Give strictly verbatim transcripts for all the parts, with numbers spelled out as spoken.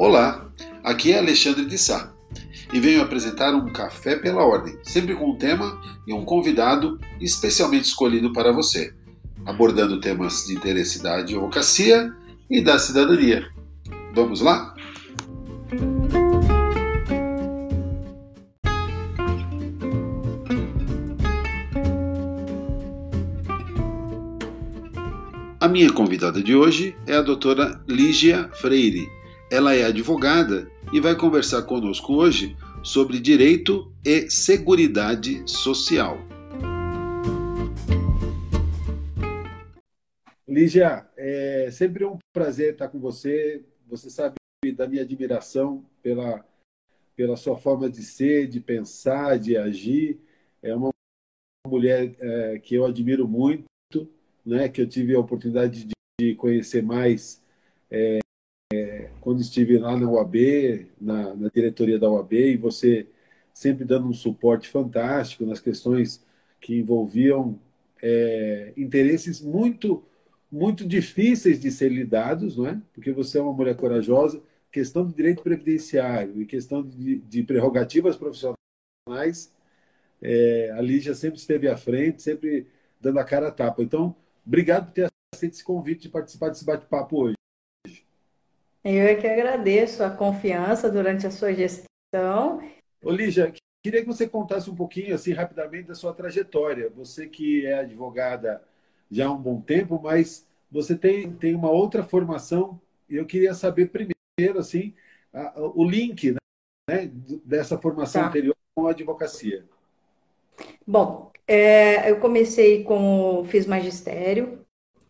Olá, aqui é Alexandre de Sá e venho apresentar um Café pela Ordem, sempre com um tema e um convidado especialmente escolhido para você, abordando temas de interesse da advocacia e da cidadania. Vamos lá? A minha convidada de hoje é a doutora Lígia Freire. Ela é advogada e vai conversar conosco hoje sobre direito e seguridade social. Lígia, é sempre um prazer estar com você. Você sabe da minha admiração pela, pela sua forma de ser, de pensar, de agir. É uma mulher é, que eu admiro muito, né, que eu tive a oportunidade de, de conhecer mais é, quando estive lá na U A B, na, na diretoria da U A B, e você sempre dando um suporte fantástico nas questões que envolviam é, interesses muito, muito difíceis de ser lidados, não é? Porque você é uma mulher corajosa, questão de direito previdenciário e questão de, de prerrogativas profissionais, é, a Lígia sempre esteve à frente, sempre dando a cara a tapa. Então, obrigado por ter aceito esse convite de participar desse bate-papo hoje. Eu é que agradeço a confiança durante a sua gestão. Ô, Lígia, queria que você contasse um pouquinho, assim, rapidamente, da sua trajetória. Você que é advogada já há um bom tempo, mas você tem, tem uma outra formação, e eu queria saber primeiro, assim, a, o link, né, dessa formação Tá. anterior com a advocacia. Bom, é, eu comecei com, fiz magistério,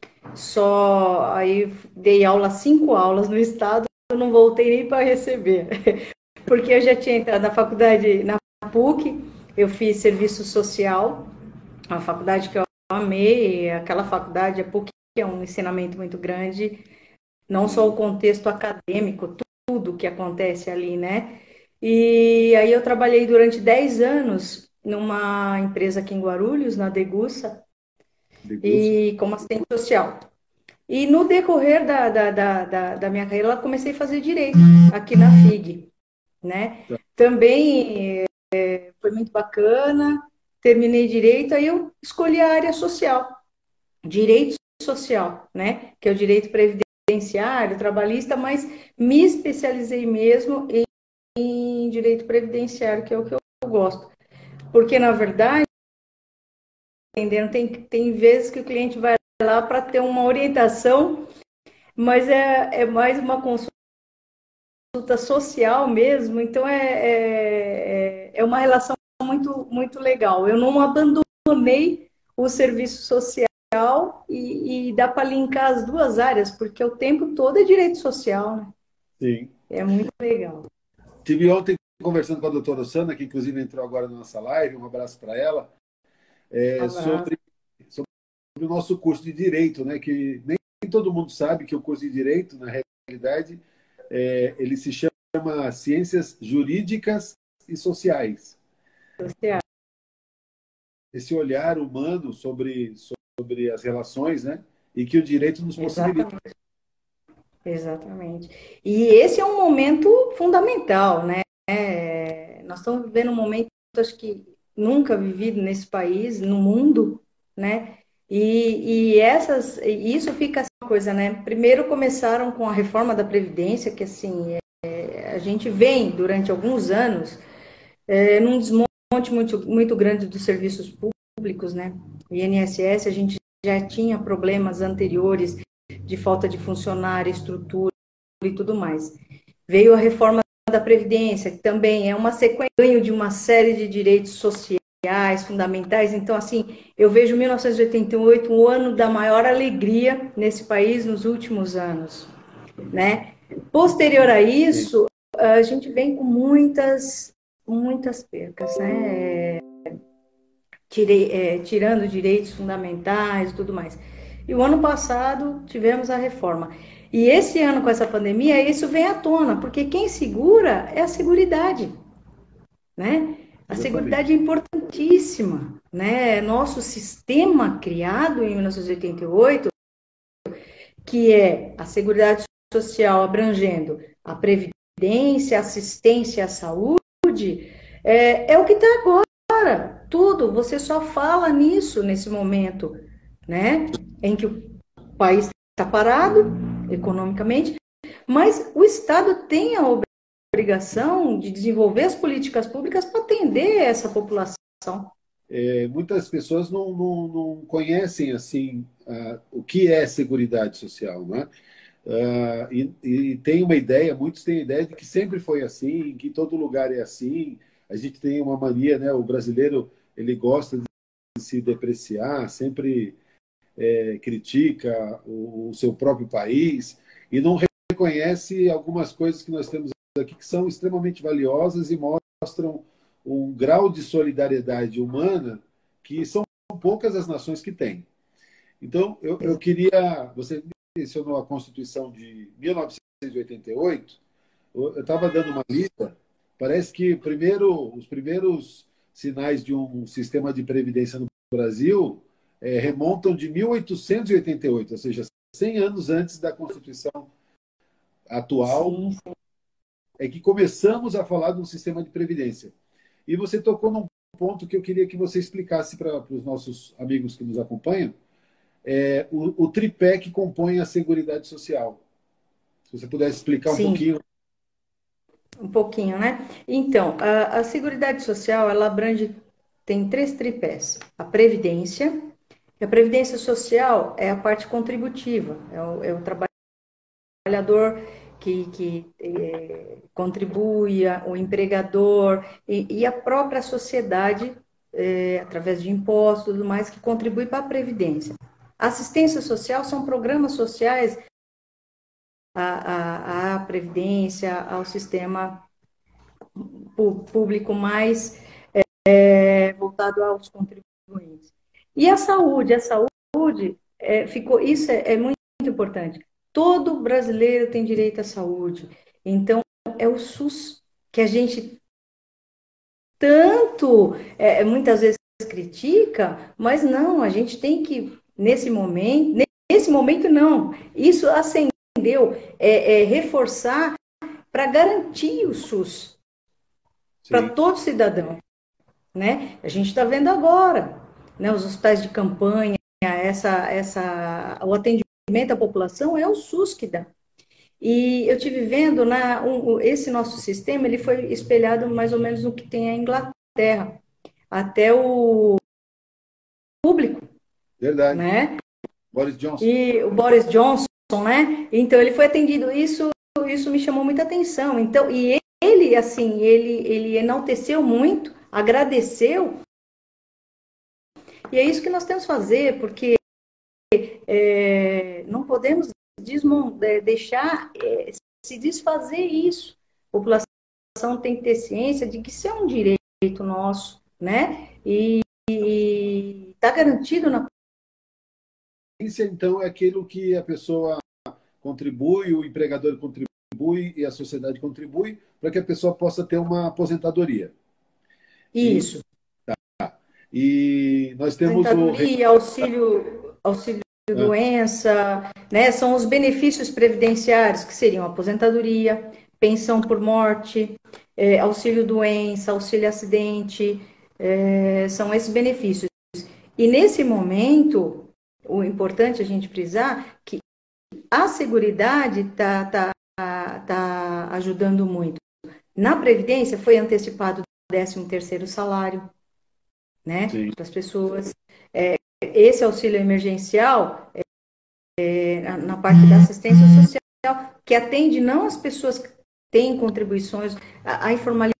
só aí dei aula, cinco aulas no estado, eu não voltei nem para receber, porque eu já tinha entrado na faculdade, na PUC, eu fiz serviço social, uma faculdade que eu amei, aquela faculdade, a PUC é um ensinamento muito grande, não só o contexto acadêmico, tudo que acontece ali, né? E aí eu trabalhei durante dez anos numa empresa aqui em Guarulhos, na Degussa, Degussa. e como assistente social. E no decorrer da, da, da, da, da minha carreira, eu comecei a fazer direito aqui na F I G, né? Tá. Também é, foi muito bacana, terminei direito, aí eu escolhi a área social, direito social, né? Que é o direito previdenciário, trabalhista, mas me especializei mesmo em, em direito previdenciário, que é o que eu gosto. Porque, na verdade, entendendo, tem, tem vezes que o cliente vai lá para ter uma orientação, mas é, é mais uma consulta social mesmo, então é, é, é uma relação muito, muito legal. Eu não abandonei o serviço social e, e dá para linkar as duas áreas, porque o tempo todo é direito social, né? Sim. É muito legal. Tive ontem conversando com a doutora Sana, que inclusive entrou agora na nossa live, um abraço para ela, Um é, abraço. sobre, sobre o nosso curso de Direito, né, que nem todo mundo sabe que o curso de Direito, na realidade, é, ele se chama Ciências Jurídicas e Sociais. Social. Esse olhar humano sobre, sobre as relações, né, e que o direito nos possibilita. Exatamente. Exatamente. E esse é um momento fundamental, né? É, nós estamos vivendo um momento, acho que nunca vivido nesse país, no mundo, né? E, e essas, e isso fica assim uma coisa, né? Primeiro começaram com a reforma da Previdência, que assim, é, a gente vem durante alguns anos é, num desmonte muito, muito grande dos serviços públicos, né? O I N S S, a gente já tinha problemas anteriores de falta de funcionário, estrutura e tudo mais. Veio a reforma da Previdência, que também é uma sequência de uma série de direitos sociais fundamentais. Então, assim, eu vejo mil novecentos e oitenta e oito um ano da maior alegria nesse país nos últimos anos, né? Posterior a isso, a gente vem com muitas, muitas percas, né? Tirei, é, tirando direitos fundamentais e tudo mais. E o ano passado tivemos a reforma. E esse ano, com essa pandemia, isso vem à tona, porque quem segura é a Seguridade, né? A Seguridade é importantíssima, né? Nosso sistema criado em mil novecentos e oitenta e oito, que é a Seguridade Social abrangendo a Previdência, previdência, assistência à saúde, é, é o que está agora. Tudo, você só fala nisso nesse momento, né? Em que o país está parado economicamente, mas o Estado tem a obrigação de desenvolver as políticas públicas para atender essa população. É, muitas pessoas não, não, não conhecem assim uh, o que é Seguridade Social, né? Uh, e, e tem uma ideia, muitos têm a ideia de que sempre foi assim, que em todo lugar é assim. A gente tem uma mania, né? O brasileiro ele gosta de se depreciar, sempre é, critica o, o seu próprio país e não reconhece algumas coisas que nós temos aqui que são extremamente valiosas e mostram um grau de solidariedade humana que são poucas as nações que têm. Então, eu, eu queria... Você mencionou a Constituição de mil novecentos e oitenta e oito. Eu estava dando uma lista. Parece que primeiro, os primeiros sinais de um sistema de previdência no Brasil é, remontam de mil oitocentos e oitenta e oito, ou seja, cem anos antes da Constituição atual, sim, sim. É que começamos a falar de um sistema de previdência. E você tocou num ponto que eu queria que você explicasse para os nossos amigos que nos acompanham, é, o, o tripé que compõe a Seguridade Social. Se você pudesse explicar Sim. um pouquinho. Um pouquinho, né? Então, a, a Seguridade Social, ela abrange, tem três tripés. A Previdência, e a Previdência Social é a parte contributiva, é o, é o trabalhador que, que é, contribui, o empregador e, e a própria sociedade, é, através de impostos e tudo mais, que contribui para a Previdência. A assistência social são programas sociais à, à, à Previdência, ao sistema público mais é, voltado aos contribuintes. E a saúde, a saúde é, ficou, isso é, é muito importante. Todo brasileiro tem direito à saúde. Então, é o SUS que a gente tanto, é, muitas vezes critica, mas não, a gente tem que, nesse momento, nesse momento não, isso acendeu, é, é reforçar para garantir o SUS para todo cidadão, né? A gente está vendo agora, né? Os hospitais de campanha, essa, essa, o atendimento à população é o SUS que dá. E eu tive vendo, na, um, esse nosso sistema, ele foi espelhado mais ou menos no que tem a Inglaterra, até o público. Verdade. Né? Boris Johnson. E o Boris Johnson, né? Então, ele foi atendido, isso, isso me chamou muita atenção. Então, e ele, ele assim, ele, ele enalteceu muito, agradeceu, e é isso que nós temos que fazer, porque é, não podemos deixar é, se desfazer isso. A população tem que ter ciência de que isso é um direito nosso, né? E está garantido na... Então, é aquilo que a pessoa contribui, o empregador contribui e a sociedade contribui para que a pessoa possa ter uma aposentadoria. Isso. E, tá. E nós temos aposentadoria, o... auxílio, auxílio ah. doença, né? São os benefícios previdenciários, que seriam aposentadoria, pensão por morte, é, auxílio doença, auxílio acidente, é, são esses benefícios. E nesse momento, o importante a gente frisar que a Seguridade está tá, tá ajudando muito. Na Previdência foi antecipado o décimo terceiro salário, né, para as pessoas. É, esse auxílio emergencial, é, é, na parte da assistência social, que atende não as pessoas que têm contribuições, a, a informalidade,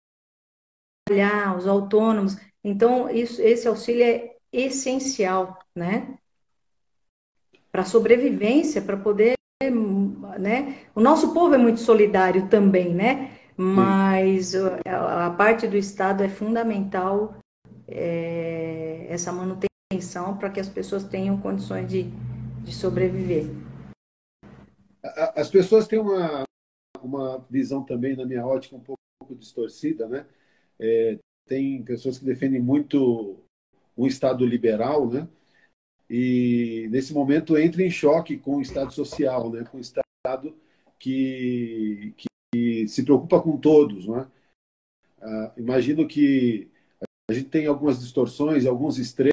os autônomos. Então, isso, esse auxílio é essencial, né, para a sobrevivência, para poder, né, o nosso povo é muito solidário também, né, mas a, a parte do Estado é fundamental, é, essa manutenção para que as pessoas tenham condições de, de sobreviver. As pessoas têm uma, uma visão também, na minha ótica, um pouco, um pouco distorcida, né? É, tem pessoas que defendem muito um Estado liberal, né? E nesse momento entra em choque com o Estado social, né? Com o Estado que, que que se preocupa com todos, não é? Ah, imagino que a gente tem algumas distorções, alguns extremos,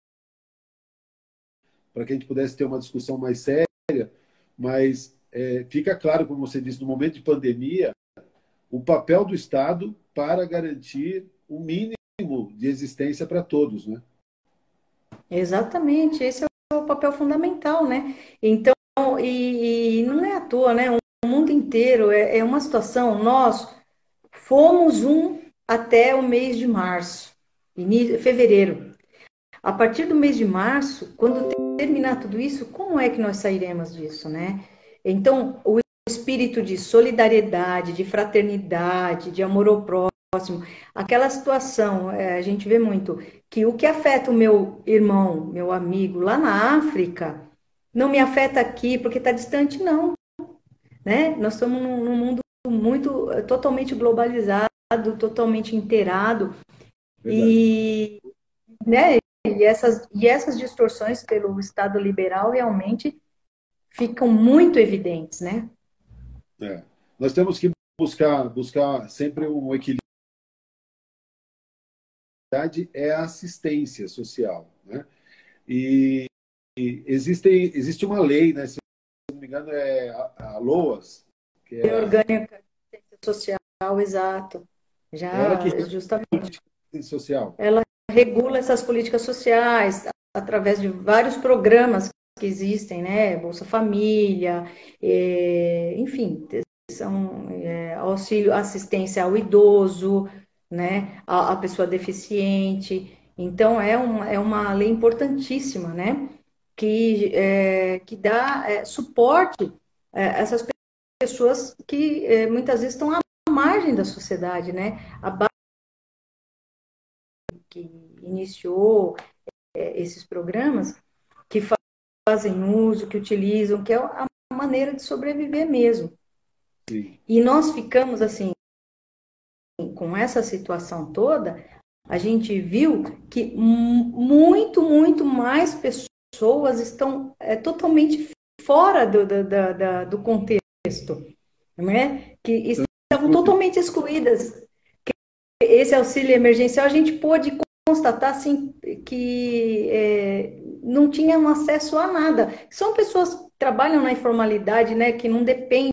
para que a gente pudesse ter uma discussão mais séria, mas é, fica claro, como você disse, no momento de pandemia, o papel do Estado para garantir o mínimo de existência para todos, né? Exatamente, esse é o papel fundamental, né? Então, e, e não é à toa, né? O mundo inteiro é, é uma situação. Nós fomos um até o mês de março, início, fevereiro. A partir do mês de março, quando terminar tudo isso, como é que nós sairemos disso, né? Então, o espírito de solidariedade, de fraternidade, de amor ao próximo, aquela situação, é, a gente vê muito, que o que afeta o meu irmão, meu amigo lá na África, não me afeta aqui porque está distante, não, né? Nós estamos num, num mundo muito, totalmente globalizado, totalmente inteirado, Verdade. e, né, e, essas, e essas distorções pelo Estado liberal realmente ficam muito evidentes, né? É. Nós temos que buscar, buscar sempre um equilíbrio. A verdade é a assistência social, né? E, e existe, existe uma lei, né? Se não me engano, é a, a LOAS, que é a, Orgânica, social, exato. ela que Já, regula a justamente, assistência social. ela regula essas políticas sociais através de vários programas que existem, né? Bolsa Família, é, enfim, são é, auxílio, assistência ao idoso, né? A, a pessoa deficiente. Então, é uma, é uma lei importantíssima, né? Que, é, que dá é, suporte a essas pessoas que é, muitas vezes estão à margem da sociedade, né? A base que iniciou é, esses programas, que fazem uso, que utilizam, que é a maneira de sobreviver mesmo. Sim. E nós ficamos assim, com essa situação toda, a gente viu que muito, muito mais pessoas estão é, totalmente fora do, do, do, do contexto, né? Que estavam totalmente excluídas. Esse auxílio emergencial, a gente pôde constatar assim, que é, não tinham acesso a nada. São pessoas que trabalham na informalidade, né? Que não depende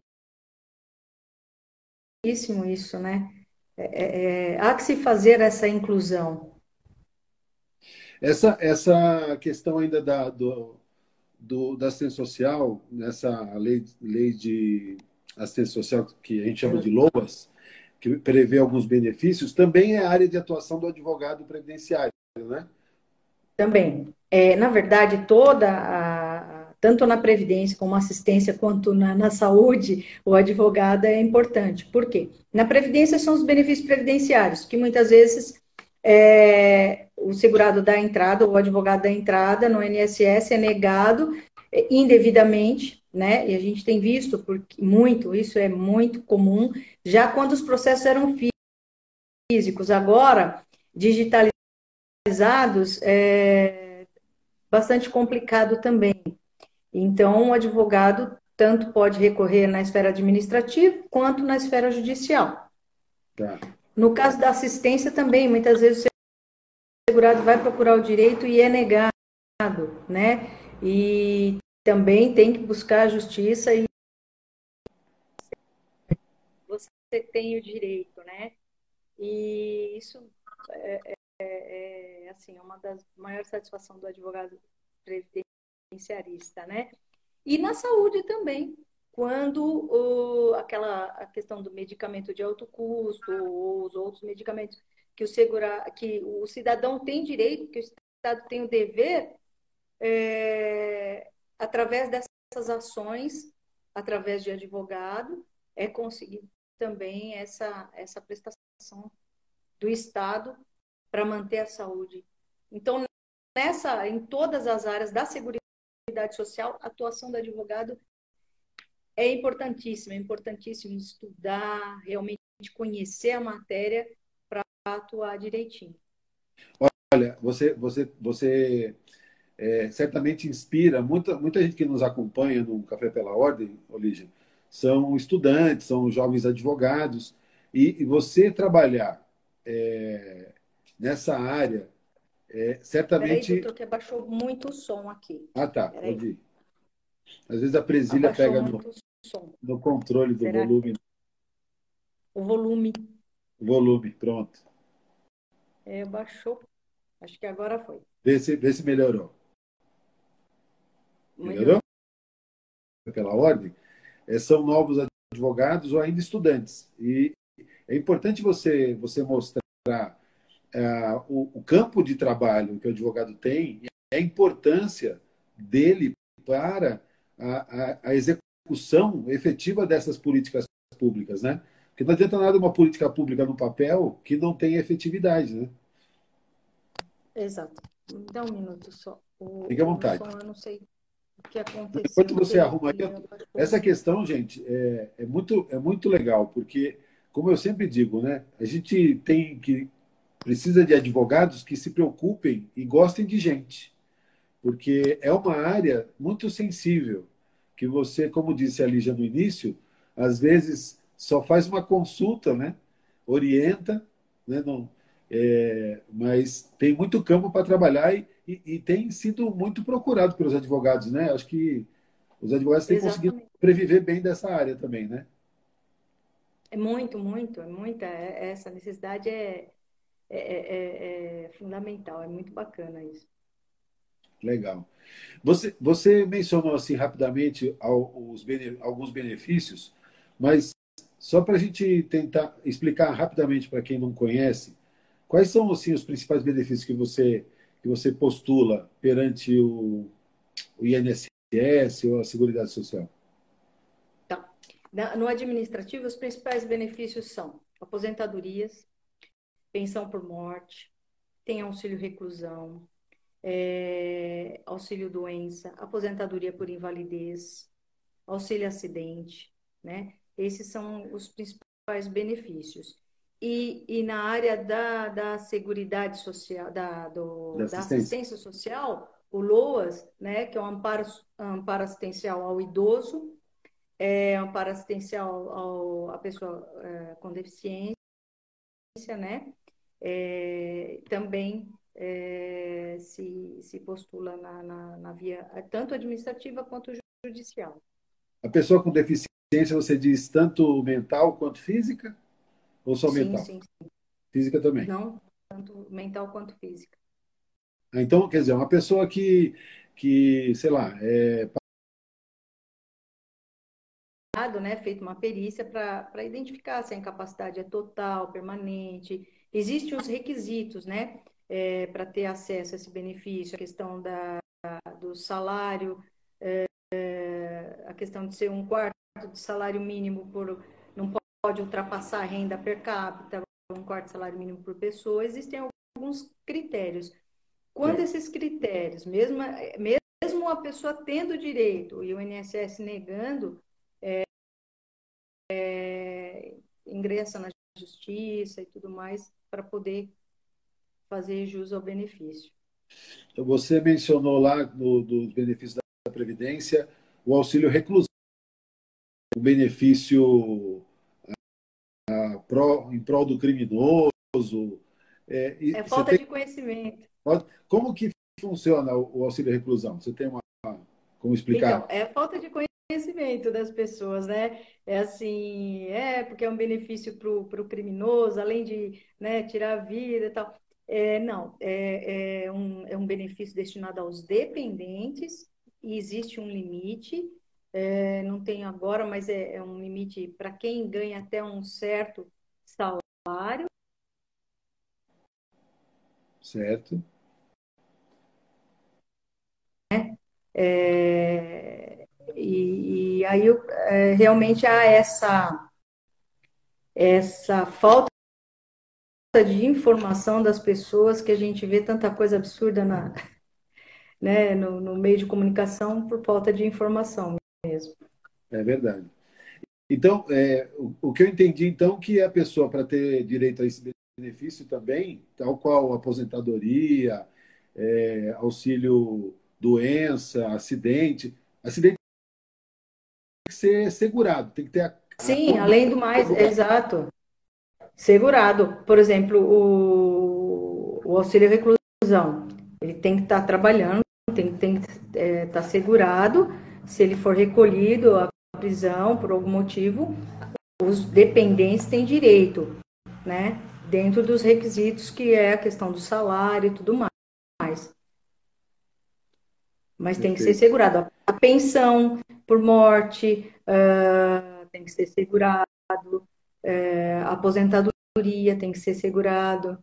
isso, né? É, é, há que se fazer essa inclusão. Essa, essa questão ainda da, do, do, da assistência social, nessa lei, lei de assistência social que a gente chama de LOAS, que prevê alguns benefícios, também é área de atuação do advogado previdenciário, né? Também. É, na verdade, toda a, tanto na Previdência como assistência, quanto na, na saúde, o advogado é importante. Por quê? Na Previdência são os benefícios previdenciários, que muitas vezes é, o segurado dá entrada, o advogado dá entrada no I N S S é negado é, indevidamente, né? E a gente tem visto porque, muito, isso é muito comum, já quando os processos eram físicos. Agora, digitalizados, é bastante complicado também. Então, o advogado tanto pode recorrer na esfera administrativa quanto na esfera judicial. Tá. No caso da assistência também, muitas vezes o segurado vai procurar o direito e é negado, né? E também tem que buscar a justiça e você tem o direito, né? E isso é, é, é assim, uma das maiores satisfações do advogado previdenciarista, né? E na saúde também, quando o, aquela a questão do medicamento de alto custo ou os outros medicamentos que o segura, que o cidadão tem direito, que o Estado tem o dever, é, através dessas ações, através de advogado, é conseguir também essa, essa prestação do Estado para manter a saúde. Então, nessa, em todas as áreas da seguridade social, a atuação do advogado é importantíssima, é importantíssimo estudar, realmente conhecer a matéria para atuar direitinho. Olha, você, você, você é, certamente inspira muita, muita gente que nos acompanha no Café pela Ordem, Olígia, são estudantes, são jovens advogados, e, e você trabalhar é, nessa área, é, Peraí, certamente. doutor, que abaixou muito o som aqui. Ah, tá, Peraí, pode ir. Às vezes a presilha abaixou pega no, muito o som. no controle do Será que volume. o volume Volume, pronto. é, baixou? Acho que agora foi. Vê se, vê se melhorou. Melhorou? Melhorou. Pela ordem. É, são novos advogados ou ainda estudantes. E é importante você, você mostrar é, o, o campo de trabalho que o advogado tem e a importância dele para a, a, a execução efetiva dessas políticas públicas, né? Porque não adianta nada uma política pública no papel que não tem efetividade, né? Exato. Dá um minuto só. Fique à O, o vontade. som, eu não sei o que Enquanto aconteceu, que você ele, arruma ele aí, abaixou. essa questão, gente, é, é muito, é muito legal, porque, como eu sempre digo, né, a gente tem que precisa de advogados que se preocupem e gostem de gente, porque é uma área muito sensível, que você, como disse ali já no início, às vezes só faz uma consulta, né, orienta, né, não, é, mas tem muito campo para trabalhar e, e, e tem sido muito procurado pelos advogados, né? Acho que os advogados têm conseguido Exatamente. previver bem dessa área também, né? É muito, muito, é muita. É- essa necessidade é, é, é, é é fundamental, é muito bacana isso. Legal. Você, você mencionou assim rapidamente al- os bene- alguns benefícios, mas só para a gente tentar explicar rapidamente para quem não conhece, quais são assim os principais benefícios que você que você postula perante o, o I N S S ou a Seguridade Social? Tá. Na- No administrativo, os principais benefícios são aposentadorias, pensão por morte, tem auxílio reclusão, é, auxílio doença, aposentadoria por invalidez, auxílio acidente, né? Esses são os principais benefícios. E, e na área da, da seguridade social, da, Da do, da assistência? assistência social, o LOAS, né, que é o amparo, amparo assistencial ao idoso, é amparo assistencial ao, à pessoa é, com deficiência, né? É, também é, se, se postula na, na, na via tanto administrativa quanto judicial. A pessoa com deficiência, você diz tanto mental quanto física ou só Sim, mental? sim, Física também. não tanto mental quanto física. Ah, então, quer dizer, uma pessoa que, que sei lá, é, Né, feito uma perícia para identificar se a incapacidade é total, permanente. Existem os requisitos, né, é, para ter acesso a esse benefício, a questão da, do salário, é, a questão de ser um quarto de salário mínimo por não pode ultrapassar a renda per capita, um quarto de salário mínimo por pessoa. Existem alguns critérios. Quando é, esses critérios, mesmo, mesmo a pessoa tendo direito e o I N S S negando, é, ingressa na justiça e tudo mais para poder fazer jus ao benefício. você mencionou lá no, dos benefícios da Previdência o auxílio reclusão, o benefício pró, em prol do criminoso. É, e É você falta tem, de conhecimento. como que funciona o, o auxílio reclusão? Você tem uma, como explicar? Então, é falta de conhecimento das pessoas, né? É assim, é porque é um benefício para o criminoso, além de, né, tirar a vida e tal. É, não, é, é, um, é um benefício destinado aos dependentes e existe um limite, é, não tenho agora, mas é, é um limite para quem ganha até um certo salário. Certo? É, e, e aí é, realmente há essa, essa falta de informação das pessoas, que a gente vê tanta coisa absurda na, né, no, no meio de comunicação por falta de informação mesmo. É verdade. Então, é, o, o que eu entendi, então, que a pessoa, para ter direito a esse benefício também, tal qual aposentadoria, é, auxílio doença, acidente, acidente ser segurado, tem que ter a, a Sim, além do mais, segurado. exato, segurado. Por exemplo, o, o auxílio reclusão, ele tem que estar trabalhando, tem, tem que é, estar segurado. Se ele for recolhido à prisão por algum motivo, os dependentes têm direito, né? Dentro dos requisitos que é a questão do salário e tudo mais. Mas tem que ser Perfeito. segurado. A pensão por morte uh, tem que ser segurado, uh, a aposentadoria tem que ser segurado.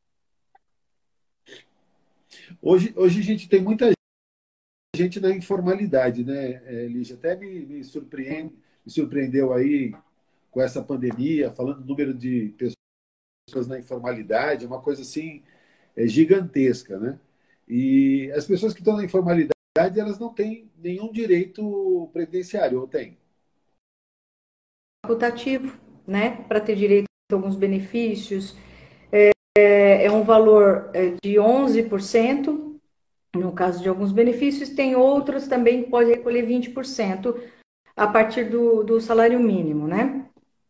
Hoje, hoje a gente tem muita gente na informalidade, né, é, Lígia? Até me, me, surpreende, me surpreendeu aí com essa pandemia, falando do número de pessoas na informalidade, é uma coisa assim é, gigantesca, né? E as pessoas que estão na informalidade, elas não têm nenhum direito previdenciário, ou têm? Facultativo, né? Para ter direito a alguns benefícios. É, é um valor de onze por cento, no caso de alguns benefícios, tem outros também que pode recolher vinte por cento a partir do, do salário mínimo, né?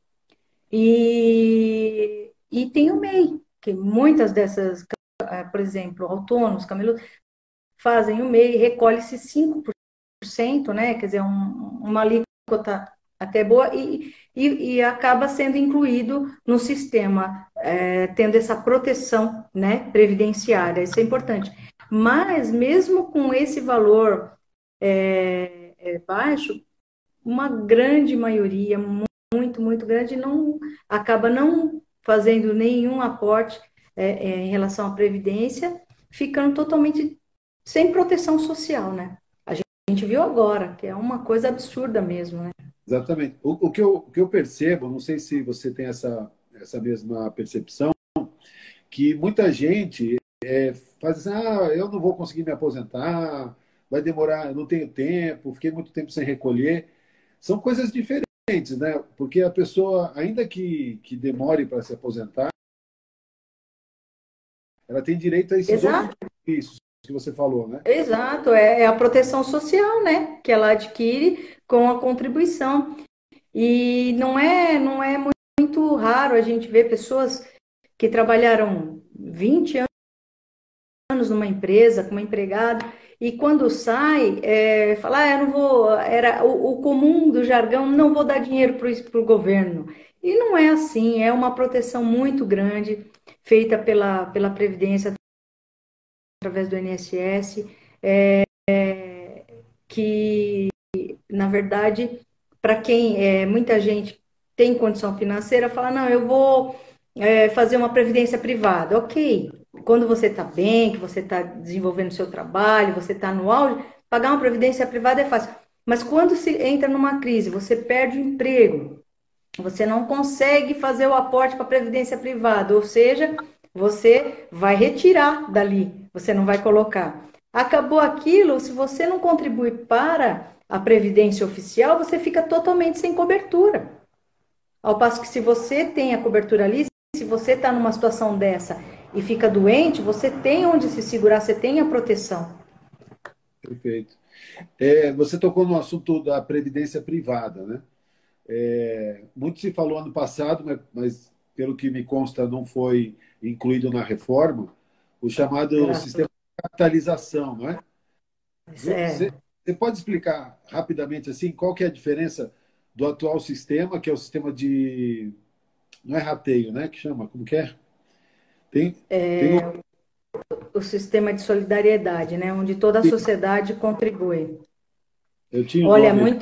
E, e tem o M E I, que muitas dessas, por exemplo, autônomos, camelos, fazem o M E I, recolhe-se cinco por cento, né? Quer dizer, um, uma alíquota até boa, e, e, e acaba sendo incluído no sistema, é, tendo essa proteção, né, previdenciária, isso é importante. Mas, mesmo com esse valor é, é, baixo, uma grande maioria, muito, muito grande, não acaba não fazendo nenhum aporte é, é, em relação à previdência, ficando totalmente sem proteção social, né? A gente, a gente viu agora, que é uma coisa absurda mesmo, né? Exatamente. O, o, que eu, o que eu percebo, não sei se você tem essa, essa mesma percepção, que muita gente é, faz assim, ah, eu não vou conseguir me aposentar, vai demorar, eu não tenho tempo, fiquei muito tempo sem recolher. São coisas diferentes, né? Porque a pessoa, ainda que, que demore para se aposentar, ela tem direito a esses outros Exato, benefícios que você falou, né? exato, é, é a proteção social, né? Que ela adquire com a contribuição. E não é, não é muito raro a gente ver pessoas que trabalharam vinte anos numa empresa, como empregado, e quando sai, é, fala, ah, eu não vou, era o, o comum do jargão, não vou dar dinheiro para o governo. E não é assim, é uma proteção muito grande, feita pela, pela Previdência, através do I N S S, é, que, na verdade, para quem, é, muita gente tem condição financeira, fala, não, eu vou é, fazer uma previdência privada. Ok, quando você está bem, que você está desenvolvendo o seu trabalho, você está no auge, pagar uma previdência privada é fácil. Mas quando se entra numa crise, você perde o emprego, você não consegue fazer o aporte para a previdência privada, ou seja, você vai retirar dali, você não vai colocar. Acabou aquilo, se você não contribui para a previdência oficial, você fica totalmente sem cobertura. Ao passo que se você tem a cobertura ali, se você está numa situação dessa e fica doente, você tem onde se segurar, você tem a proteção. Perfeito. É, você tocou no assunto da previdência privada, né? É, muito se falou ano passado, mas, mas pelo que me consta não foi incluído na reforma, o chamado Graças sistema de capitalização, não é? a Você, é. você pode explicar rapidamente assim qual que é a diferença do atual sistema, que é o sistema de não é rateio, né? Que chama, como que é? Tem, tem um, O sistema de solidariedade, né, onde toda a sociedade contribui. eu tinha o um Olha, nome muito.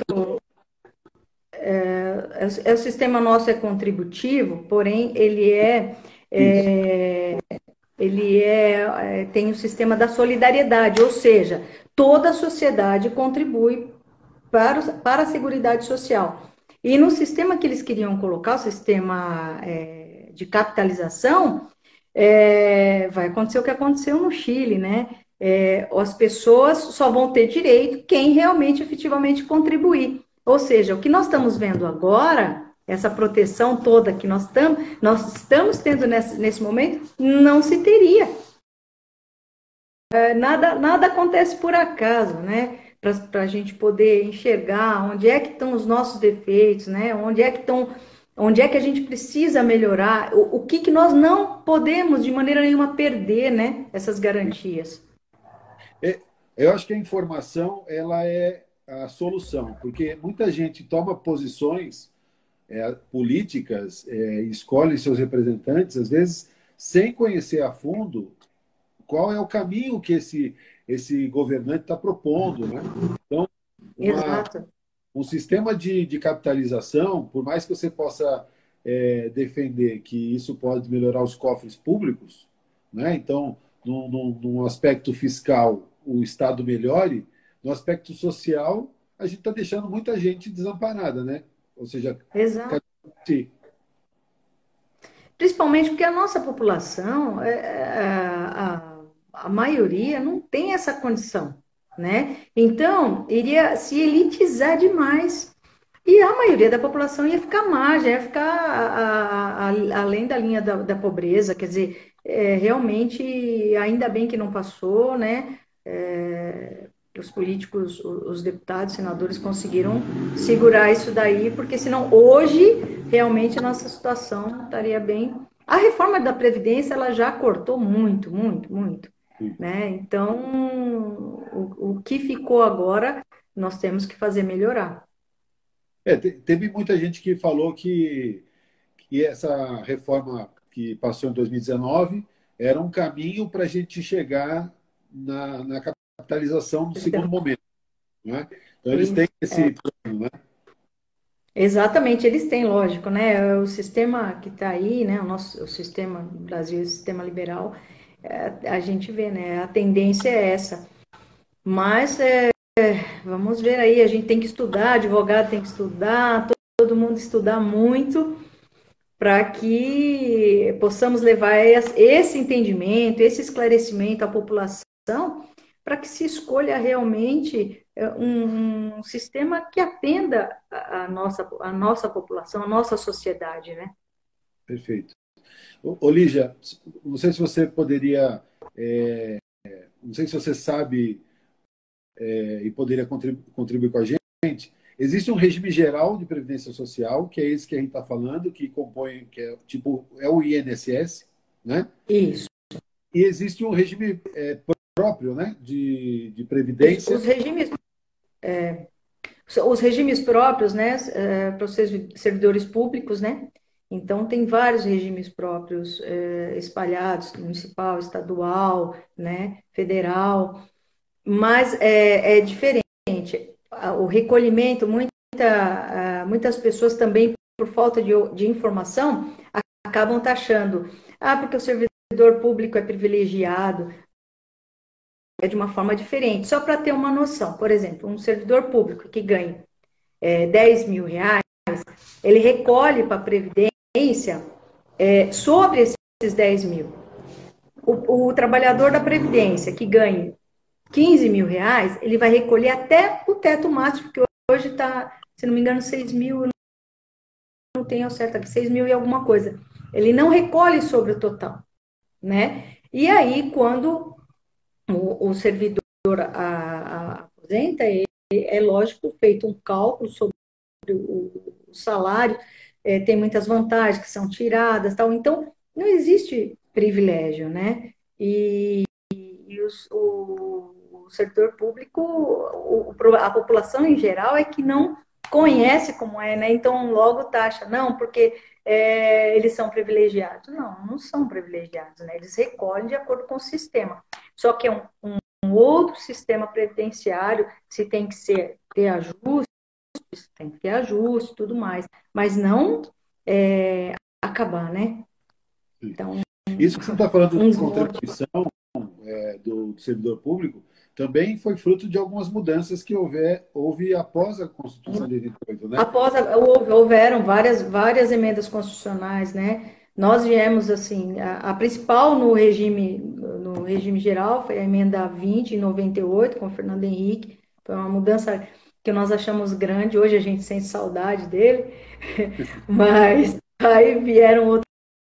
É, é, o sistema nosso é contributivo, porém ele é, isso. é ele é, é, tem o sistema da solidariedade, ou seja, toda a sociedade contribui para, para a Seguridade Social. E no sistema que eles queriam colocar, o sistema é, de capitalização, é, vai acontecer o que aconteceu no Chile, né? É, as pessoas só vão ter direito quem realmente, efetivamente contribuir. Ou seja, o que nós estamos vendo agora, essa proteção toda que nós estamos, nós estamos tendo nesse, nesse momento, não se teria. É, nada, nada acontece por acaso, né? para a gente poder enxergar onde é que estão os nossos defeitos, né? Onde é que estão, onde é que a gente precisa melhorar, o, o que, que nós não podemos de maneira nenhuma perder, né? Essas garantias. É, eu acho que a informação ela é a solução, porque muita gente toma posições é, políticas, é, escolhe seus representantes, às vezes sem conhecer a fundo qual é o caminho que esse, esse governante está propondo, né? Então, uma, Exato. um sistema de, de capitalização, por mais que você possa é, defender que isso pode melhorar os cofres públicos, né? Então, num, num, num aspecto fiscal, o Estado melhore, no aspecto social, a gente está deixando muita gente desamparada, né? Ou seja, Exato. sim, Principalmente porque a nossa população, é, é, a, a maioria não tem essa condição, né? Então, iria se elitizar demais. E a maioria da população ia ficar à margem, ia ficar a, a, a, além da linha da, da pobreza, quer dizer, é, realmente, ainda bem que não passou, né? É, os políticos, os deputados, senadores conseguiram segurar isso daí, porque senão hoje realmente a nossa situação estaria bem. A reforma da Previdência ela já cortou muito, muito, muito. sim. Né? Então, o, o que ficou agora, nós temos que fazer melhorar. É, te- teve muita gente que falou que, que essa reforma que passou em dois mil e dezenove era um caminho para a gente chegar na, na capitalização no segundo momento, né? Então, eles têm Isso. esse plano, né? Exatamente, eles têm, lógico, né? O sistema que está aí, né? O nosso o sistema no Brasil, o sistema liberal, é, a gente vê, né? A tendência é essa. Mas é, vamos ver aí, a gente tem que estudar, advogado tem que estudar, todo, todo mundo estudar muito para que possamos levar esse entendimento, esse esclarecimento à população, para que se escolha realmente um, um sistema que atenda a, a, nossa, a nossa população, a nossa sociedade, né? Perfeito. Ô, ô, Lígia, não sei se você poderia, é, não sei se você sabe é, e poderia contribu contribuir com a gente. Existe um regime geral de previdência social, que é esse que a gente está falando, que compõe, que é tipo, é o I N S S, né? Isso. E existe um regime é, próprio, né, de, de Os, previdência. os regimes, é, os regimes próprios, né, é, para os servidores públicos, né? Então, tem vários regimes próprios é, espalhados, municipal, estadual, né, federal, mas é, é diferente. O recolhimento, muita, muitas pessoas também, por falta de, de informação, acabam taxando, ah, porque o servidor público é privilegiado, é de uma forma diferente. Só para ter uma noção, por exemplo, um servidor público que ganha é, dez mil reais, ele recolhe para a Previdência é, sobre esses dez mil. O, o trabalhador da Previdência que ganha quinze mil reais, ele vai recolher até o teto máximo, que hoje está, se não me engano, seis mil, não tenho ao certo aqui, seis mil e alguma coisa. Ele não recolhe sobre o total, né? E aí, quando o, o servidor a, a, aposenta, ele, é lógico, feito um cálculo sobre o, o salário, é, tem muitas vantagens que são tiradas, tal. Então, não existe privilégio, né? E, e os, o, o setor público, o, a população em geral é que não conhece como é, né? Então, logo taxa, não, porque é, eles são privilegiados. Não, não são privilegiados, né? Eles recolhem de acordo com o sistema. Só que é um, um, um outro sistema previdenciário, se tem que ser, ter ajustes, tem que ter ajuste e tudo mais, mas não é, acabar, né? Então, Isso que você está falando um de desmonte. contribuição é, do, do servidor público também foi fruto de algumas mudanças que houve, houve após a Constituição de oitenta e oito, né? Após, houveram várias, várias emendas constitucionais, né? Nós viemos, assim, a, a principal no regime, no regime geral foi a emenda vinte, em noventa e oito, com Fernando Henrique, foi uma mudança que nós achamos grande, hoje a gente sente saudade dele, mas aí vieram outros,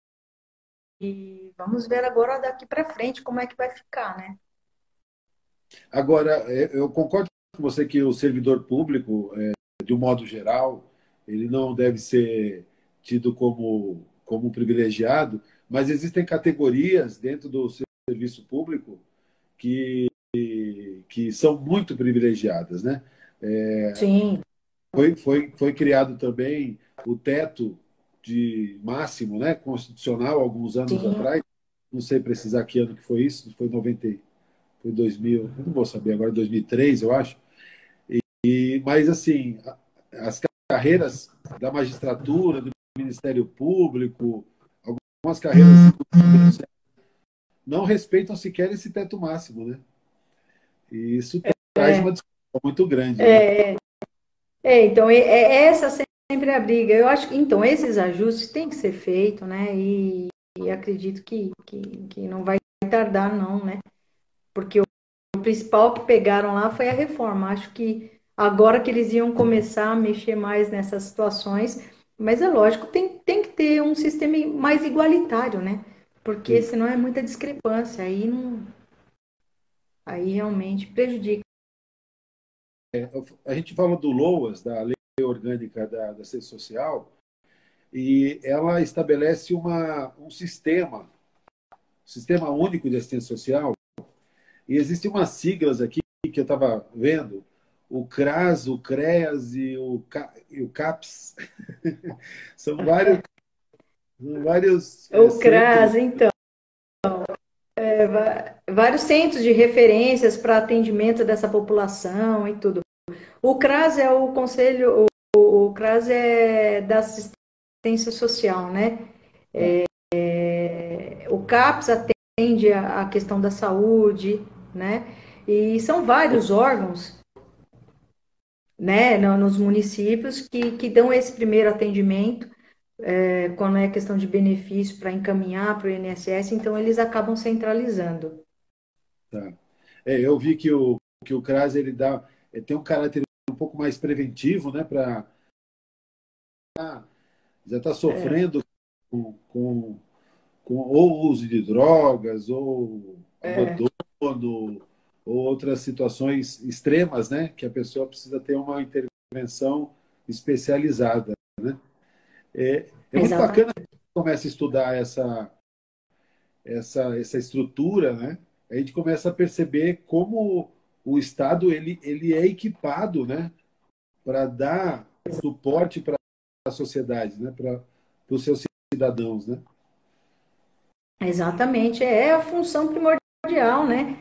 e vamos ver agora daqui para frente como é que vai ficar, né? Agora, é, eu concordo com você que o servidor público, é, de um modo geral, ele não deve ser tido como, como um privilegiado, mas existem categorias dentro do serviço público que, que são muito privilegiadas, né? É, Sim, foi, foi, foi criado também o teto de máximo, né, constitucional, alguns anos sim. atrás. Não sei precisar que ano que foi isso, foi noventa, foi dois mil, não vou saber agora, dois mil e três, eu acho. E, mas, assim, as carreiras da magistratura, do Ministério Público, algumas carreiras não respeitam sequer esse teto máximo, né? E isso traz É, uma discussão muito grande, né? é, é, então, é, é essa sempre é a briga. Eu acho que, então, esses ajustes têm que ser feitos, né? E, e acredito que, que, que não vai tardar, não, né? Porque o, o principal que pegaram lá foi a reforma. Acho que agora que eles iam começar a mexer mais nessas situações, mas é lógico, tem, tem que ter um sistema mais igualitário, né? Porque Sim. senão é muita discrepância, aí não, aí realmente prejudica. A gente fala do LOAS, da Lei Orgânica da, da Assistência Social, e ela estabelece uma, um sistema, um sistema único de assistência social, e existem umas siglas aqui que eu estava vendo, o CRAS, o CREAS e o, e o CAPS. São vários, são vários é, O centros. CRAS, então, vários centros de referências para atendimento dessa população e tudo. O CRAS é o Conselho, o, o CRAS é da assistência social, né? Tá. É, o CAPS atende a, a questão da saúde, né? E são vários órgãos, né, no, nos municípios que, que dão esse primeiro atendimento, é, quando é questão de benefício para encaminhar para o I N S S, então eles acabam centralizando. Tá. É, eu vi que o, que o CRAS ele dá, ele tem um caráter um pouco mais preventivo, né, para já está sofrendo com, com, com ou uso de drogas, ou abandono, ou outras situações extremas, né, que a pessoa precisa ter uma intervenção especializada, né? É, é muito Exatamente. bacana que a gente comece a estudar essa, essa, essa estrutura, né? A gente começa a perceber como o Estado ele, ele é equipado, né, para dar suporte para a sociedade, né, para os seus cidadãos, né? Exatamente, é a função primordial, né?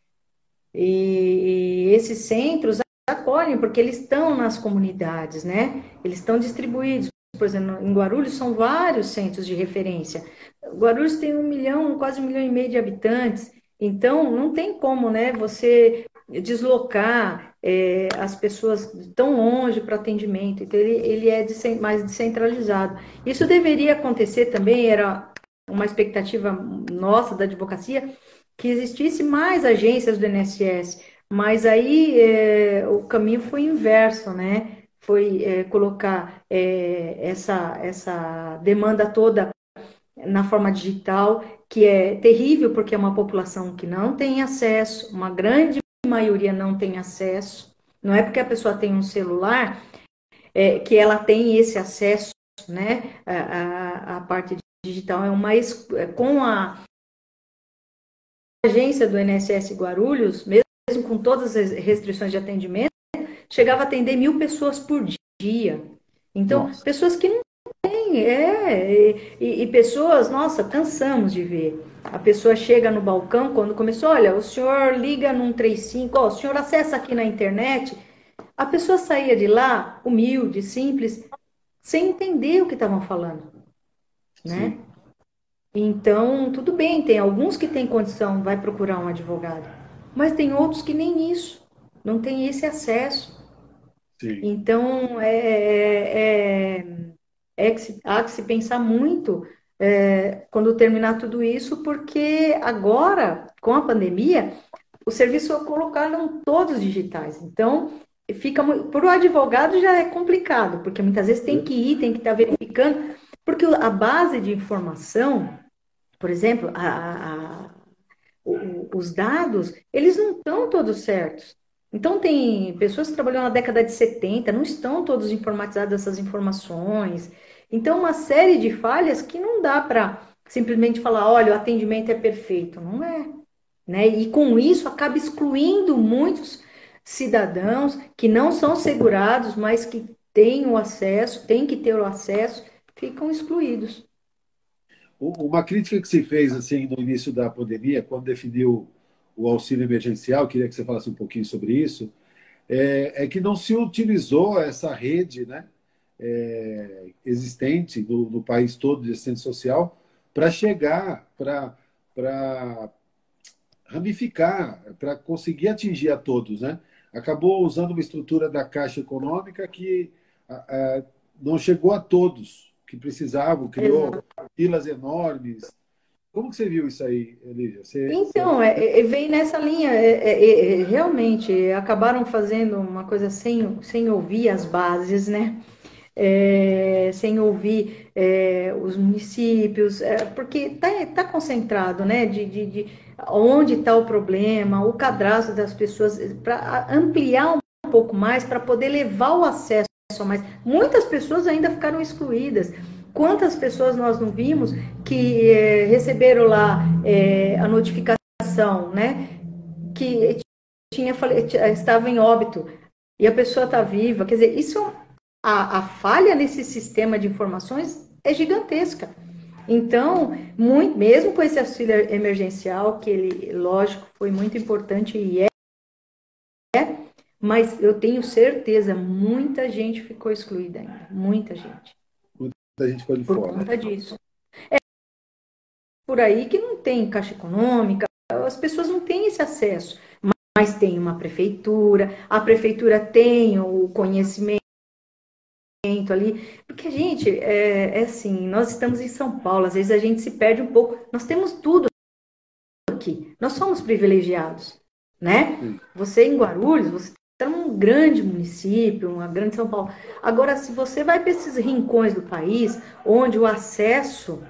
E, e esses centros acolhem, porque eles estão nas comunidades, né? Eles estão distribuídos. Por exemplo, em Guarulhos são vários centros de referência. Guarulhos tem um milhão, quase um milhão e meio de habitantes. Então, não tem como, né, você deslocar é, as pessoas tão longe para atendimento. Então, ele, ele é mais descentralizado. Isso deveria acontecer também, era uma expectativa nossa da advocacia, que existisse mais agências do I N S S, mas aí é, o caminho foi inverso, né? Foi é, colocar é, essa, essa demanda toda na forma digital, que é terrível, porque é uma população que não tem acesso, uma grande maioria não tem acesso. Não é porque a pessoa tem um celular é, que ela tem esse acesso, né? A, a, a parte digital é uma com a agência do I N S S Guarulhos, mesmo com todas as restrições de atendimento, chegava a atender mil pessoas por dia. Então, Nossa. pessoas que não têm, é, e, e pessoas, nossa, cansamos de ver. A pessoa chega no balcão, quando começou, olha, o senhor liga no cento e trinta e cinco, ó, o senhor acessa aqui na internet. A pessoa saía de lá, humilde, simples, sem entender o que estavam falando, né? Sim, Então, tudo bem, tem alguns que têm condição, vai procurar um advogado, mas tem outros que nem isso, não tem esse acesso. sim. Então, é, é, é que se, há que se pensar muito é, quando terminar tudo isso, porque agora, com a pandemia, os serviços colocaram todos digitais. Então, fica para o advogado já é complicado, porque muitas vezes tem que ir, tem que estar verificando, porque a base de informação, por exemplo, a, a, o, os dados, eles não estão todos certos. Então, tem pessoas que trabalham na década de setenta, não estão todos informatizados essas informações. Então, uma série de falhas que não dá para simplesmente falar, olha, o atendimento é perfeito. Não é, né? E com isso acaba excluindo muitos cidadãos que não são segurados, mas que têm o acesso, têm que ter o acesso, ficam excluídos. Uma crítica que se fez assim no início da pandemia, quando definiu o auxílio emergencial, queria que você falasse um pouquinho sobre isso, é, é que não se utilizou essa rede, né, é, existente no, no país todo de assistência social para chegar, para ramificar, para conseguir atingir a todos, né? Acabou usando uma estrutura da Caixa Econômica que a, a, não chegou a todos que precisavam, criou filas enormes. Como que você viu isso aí, Elígia? Você, você... Então, é, é, vem nessa linha, é, é, é, realmente, acabaram fazendo uma coisa sem, sem ouvir as bases, né? É, sem ouvir é, os municípios, é, porque está tá concentrado, né? De, de, de onde está o problema, o cadastro das pessoas, para ampliar um pouco mais, para poder levar o acesso a mais. Muitas pessoas ainda ficaram excluídas. Quantas pessoas nós não vimos que é, receberam lá é, a notificação, né? Que tinha, estava em óbito e a pessoa está viva. Quer dizer, isso, a, a falha nesse sistema de informações é gigantesca. Então, muito, mesmo com esse auxílio emergencial, que ele, lógico, foi muito importante e é, mas eu tenho certeza, muita gente ficou excluída ainda, muita gente. Muita gente ficou de por fora. conta disso. É por aí que não tem Caixa Econômica, as pessoas não têm esse acesso, mas tem uma prefeitura, a prefeitura tem o conhecimento ali, porque, gente, é, é assim, nós estamos em São Paulo, às vezes a gente se perde um pouco, nós temos tudo aqui, nós somos privilegiados, né? Hum. Você em Guarulhos, você está num grande município, uma grande São Paulo. Agora, se você vai para esses rincões do país, onde o acesso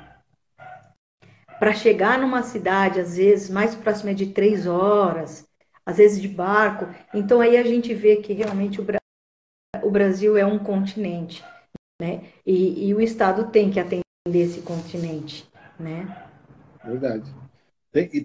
para chegar numa cidade, às vezes, mais próxima de três horas, às vezes de barco, então aí a gente vê que realmente o, Bra o Brasil é um continente, né? E, e o Estado tem que atender esse continente, né? Verdade. Tem, e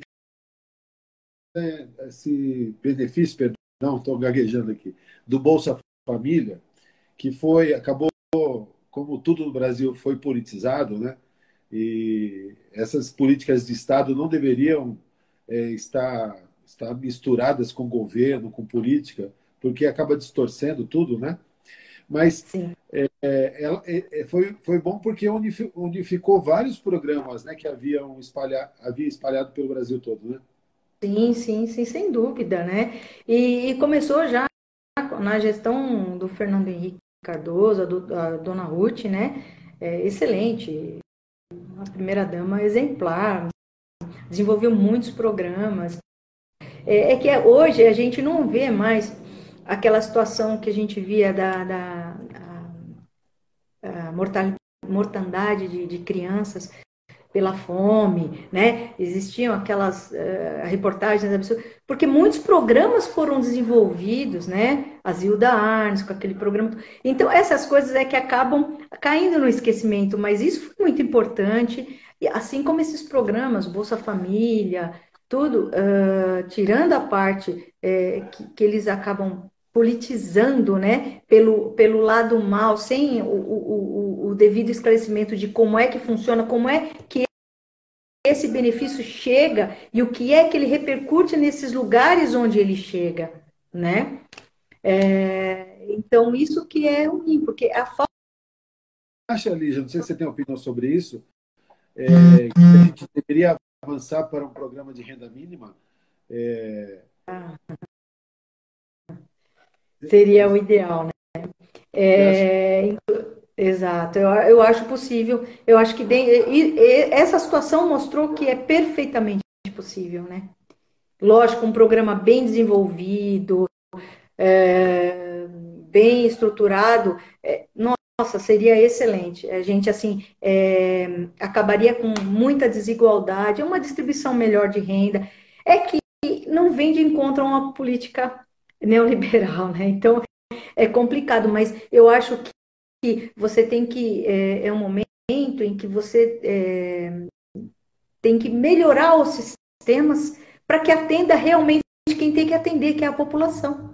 tem esse benefício, perdão, estou gaguejando aqui, do Bolsa Família, que foi, acabou, como tudo no Brasil foi politizado, né? E essas políticas de Estado não deveriam é, estar, estar misturadas com governo, com política, porque acaba distorcendo tudo, né? Mas é, ela, é, foi, foi bom porque unificou vários programas, né, que haviam espalhar, havia espalhado pelo Brasil todo, né? Sim, sim, sim, sem dúvida, né? E, e começou já na gestão do Fernando Henrique Cardoso, a, do, a dona Ruth, né? É, excelente, a primeira-dama exemplar, desenvolveu muitos programas. É, é que hoje a gente não vê mais aquela situação que a gente via da, da a, a mortandade de, de crianças pela fome, né? Existiam aquelas uh, reportagens absurdas, porque muitos programas foram desenvolvidos, né? A Zilda Arnes, com aquele programa. Então, essas coisas é que acabam caindo no esquecimento, mas isso foi muito importante, assim como esses programas, Bolsa Família, tudo, uh, tirando a parte é, que, que eles acabam politizando, né? Pelo, pelo lado mal, sem o, o, o, o devido esclarecimento de como é que funciona, como é que esse benefício chega e o que é que ele repercute nesses lugares onde ele chega, né? É, então, isso que é ruim, porque a falta... Acha, Lígia, não sei se você tem opinião sobre isso, é, que a gente deveria avançar para um programa de renda mínima? É... Seria o ideal, né? É, exato, eu, eu acho possível, eu acho que de, e, e, essa situação mostrou que é perfeitamente possível, né? Lógico, um programa bem desenvolvido, é, bem estruturado, é, nossa, seria excelente. A gente, assim, é, acabaria com muita desigualdade, uma distribuição melhor de renda. É que não vem de encontro a uma política neoliberal, né? Então é complicado, mas eu acho que você tem que é, é um momento em que você é, tem que melhorar os sistemas para que atenda realmente quem tem que atender, que é a população.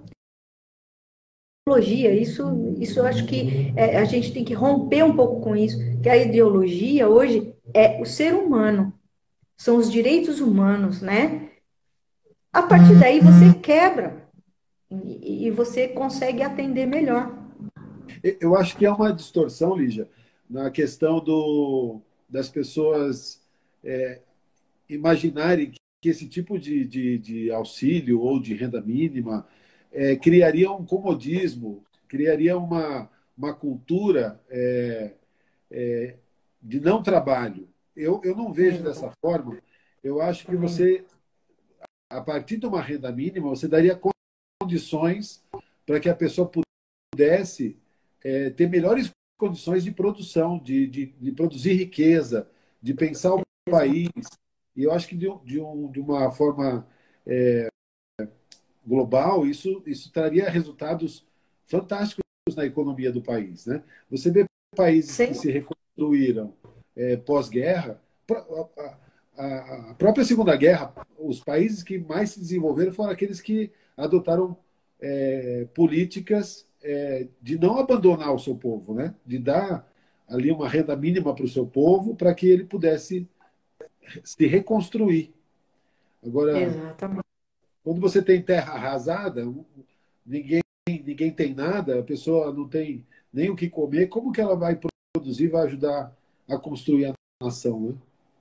Isso, isso eu acho que é, a gente tem que romper um pouco com isso, que a ideologia hoje é o ser humano, são os direitos humanos, né? A partir daí você quebra e, e você consegue atender melhor. Eu acho que é uma distorção, Lígia, na questão do, das pessoas é, imaginarem que esse tipo de, de, de auxílio ou de renda mínima é, criaria um comodismo, criaria uma, uma cultura é, é, de não trabalho. Eu, eu não vejo dessa forma. Eu acho que você, a partir de uma renda mínima, você daria condições para que a pessoa pudesse é, ter melhores condições de produção, de, de, de produzir riqueza, de pensar o país. E eu acho que de, de, um, de uma forma é, global, isso, isso traria resultados fantásticos na economia do país. Né? Você vê países Sim. que se reconstruíram é, pós-guerra, a, a, a própria Segunda Guerra, os países que mais se desenvolveram foram aqueles que adotaram é, políticas é, de não abandonar o seu povo, né? De dar ali uma renda mínima para o seu povo para que ele pudesse se reconstruir. Agora, Exatamente. quando você tem terra arrasada, ninguém, ninguém tem nada, a pessoa não tem nem o que comer, como que ela vai produzir, vai ajudar a construir a nação, né?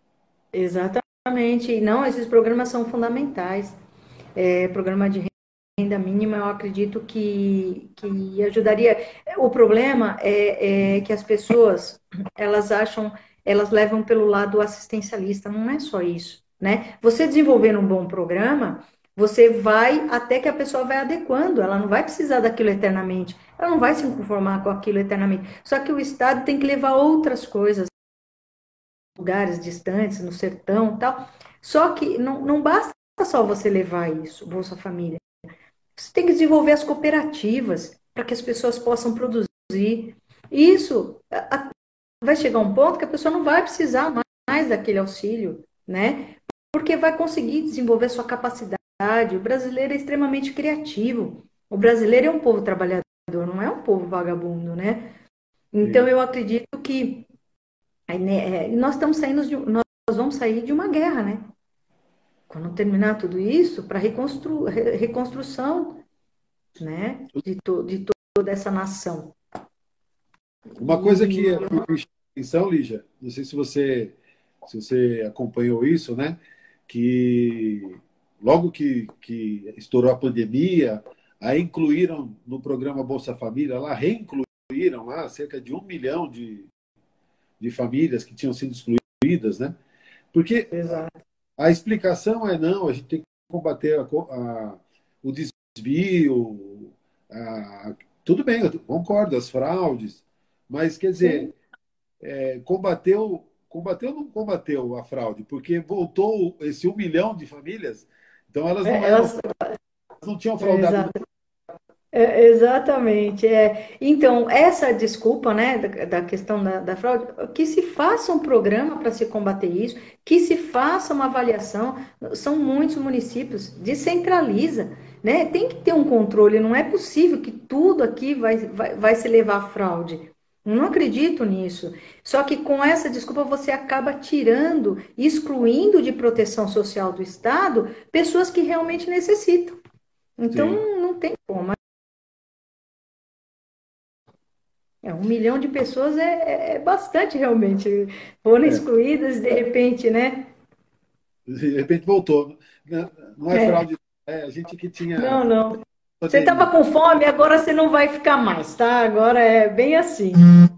Exatamente. Não, esses programas são fundamentais. É, programa de renda mínima, eu acredito que, que ajudaria. O problema é, é que as pessoas, elas acham, elas levam pelo lado assistencialista, não é só isso, né? Você desenvolvendo um bom programa, você vai, até que a pessoa vai adequando, ela não vai precisar daquilo eternamente, ela não vai se conformar com aquilo eternamente. Só que o Estado tem que levar outras coisas, lugares distantes, no sertão e tal. Só que não, não basta só você levar isso, Bolsa Família. Você tem que desenvolver as cooperativas para que as pessoas possam produzir. Isso a, a, vai chegar um ponto que a pessoa não vai precisar mais, mais daquele auxílio, né? Porque vai conseguir desenvolver sua capacidade. O brasileiro é extremamente criativo. O brasileiro é um povo trabalhador, não é um povo vagabundo, né? Então, Sim. eu acredito que né, nós estamos saindo de, nós vamos sair de uma guerra, né? Quando terminar tudo isso, para reconstru, reconstrução, né, de, to, de toda essa nação. Uma coisa que me chamou atenção, Lígia, não sei se você, se você acompanhou isso, né? Que logo que, que estourou a pandemia, aí incluíram no programa Bolsa Família, lá reincluíram lá cerca de um milhão de, de famílias que tinham sido excluídas, né? Porque Exato. A explicação é não, a gente tem que combater a, a, o desvio, a, tudo bem, eu concordo, as fraudes, mas quer dizer, é, combateu, combateu ou não combateu a fraude? Porque voltou esse um milhão de famílias, então elas não, eram, elas... elas não tinham fraudado. Exato. É, exatamente. É. Então, essa desculpa, né, da, da questão da, da fraude, que se faça um programa para se combater isso, que se faça uma avaliação. São muitos municípios, descentraliza, né? Tem que ter um controle, não é possível que tudo aqui vai, vai, vai se levar à fraude. Não acredito nisso. Só que com essa desculpa você acaba tirando, excluindo de proteção social do Estado pessoas que realmente necessitam. Então, Sim. não tem como. É, um milhão de pessoas é, é bastante, realmente. Foram é. excluídas de repente, né? De repente voltou. Não é, é. fraude. É, a gente que tinha... Não, não. Você estava com fome, agora você não vai ficar mais, tá? Agora é bem assim.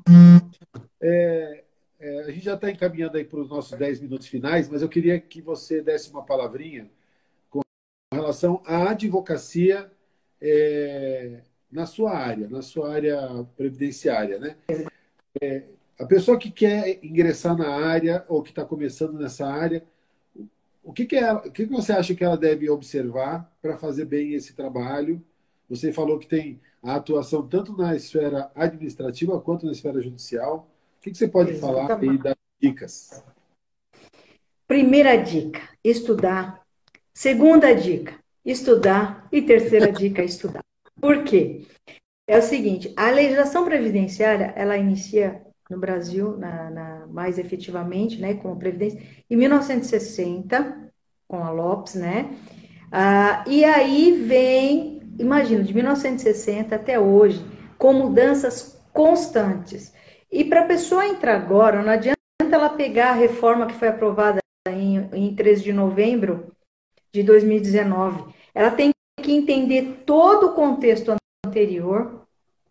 É, é, a gente já está encaminhando aí para os nossos dez minutos finais, mas eu queria que você desse uma palavrinha com relação à advocacia é, na sua área, na sua área previdenciária, né? É, a pessoa que quer ingressar na área ou que está começando nessa área, o que, que, é, o que, que você acha que ela deve observar para fazer bem esse trabalho? Você falou que tem a atuação tanto na esfera administrativa quanto na esfera judicial. O que que você pode falar aí Exatamente. das dicas? Primeira dica, estudar. Segunda dica, estudar. E terceira dica, estudar. Por quê? É o seguinte, a legislação previdenciária, ela inicia no Brasil, na, na- mais efetivamente, né, com a Previdência, em mil novecentos e sessenta, com a Lopes, né? Ah, e aí vem, imagina, de mil novecentos e sessenta até hoje, com mudanças constantes. E para a pessoa entrar agora, não adianta ela pegar a reforma que foi aprovada em, em treze de novembro de dois mil e dezenove. Ela tem que entender todo o contexto anterior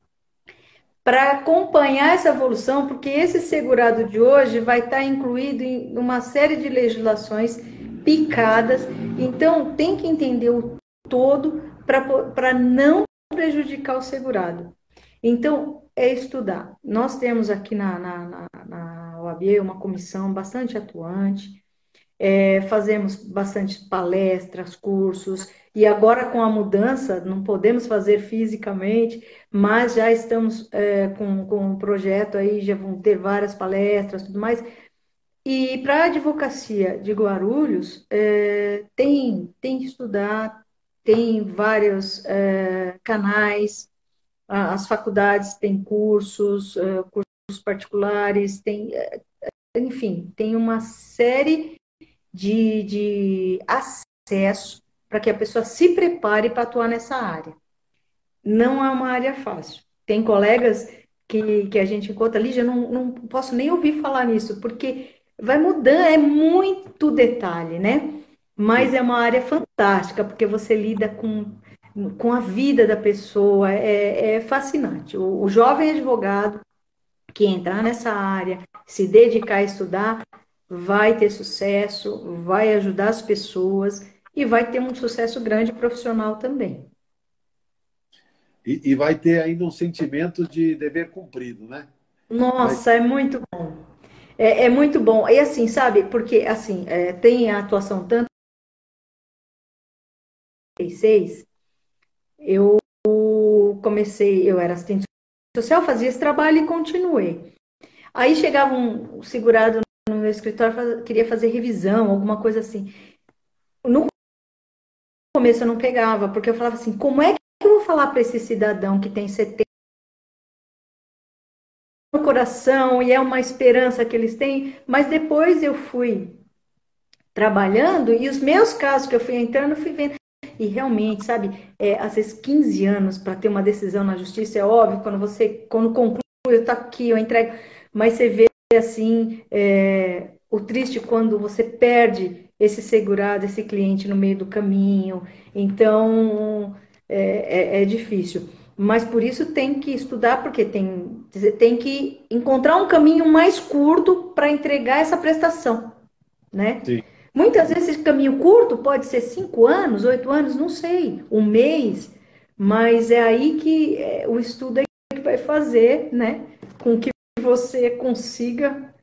para acompanhar essa evolução, porque esse segurado de hoje vai estar incluído em uma série de legislações picadas, então tem que entender o todo para não prejudicar o segurado. Então, é estudar. Nós temos aqui na, na, na, na O A B uma comissão bastante atuante, é, fazemos bastante palestras, cursos, e agora com a mudança, não podemos fazer fisicamente, mas já estamos é, com, com um projeto aí, já vão ter várias palestras, tudo mais. E para a advocacia de Guarulhos, é, tem, tem que estudar, tem vários é, canais, as faculdades têm cursos, é, cursos particulares, tem, é, enfim, tem uma série de, de acesso para que a pessoa se prepare para atuar nessa área. Não é uma área fácil. Tem colegas que, que a gente encontra ali, já não, não posso nem ouvir falar nisso, porque vai mudando, é muito detalhe, né? Mas Sim. é uma área fantástica, porque você lida com, com a vida da pessoa, é, é fascinante. O, o jovem advogado que entrar nessa área, se dedicar a estudar, vai ter sucesso, vai ajudar as pessoas e vai ter um sucesso grande profissional também. E, e vai ter ainda um sentimento de dever cumprido, né? Vai... Nossa, é muito bom. É, é muito bom. E assim, sabe, porque assim, é, tem a atuação tanto em seis, eu comecei, eu era assistente social, fazia esse trabalho e continuei. Aí chegava um segurado no meu escritório, queria fazer revisão, alguma coisa assim. No começo eu não pegava, porque eu falava assim, como é que eu vou falar para esse cidadão que tem setenta no coração e é uma esperança que eles têm? Mas depois eu fui trabalhando e os meus casos que eu fui entrando, eu fui vendo. E realmente, sabe, é, às vezes quinze anos para ter uma decisão na justiça, é óbvio, quando você, quando conclui, eu tô aqui, eu entrego, mas você vê assim, é, o triste quando você perde esse segurado, esse cliente no meio do caminho, então é, é, é difícil. Mas por isso tem que estudar, porque tem, tem que encontrar um caminho mais curto para entregar essa prestação, né? Sim. Muitas vezes esse caminho curto pode ser cinco anos, oito anos, não sei, um mês, mas é aí que é, o estudo é que vai fazer, né, com que você consiga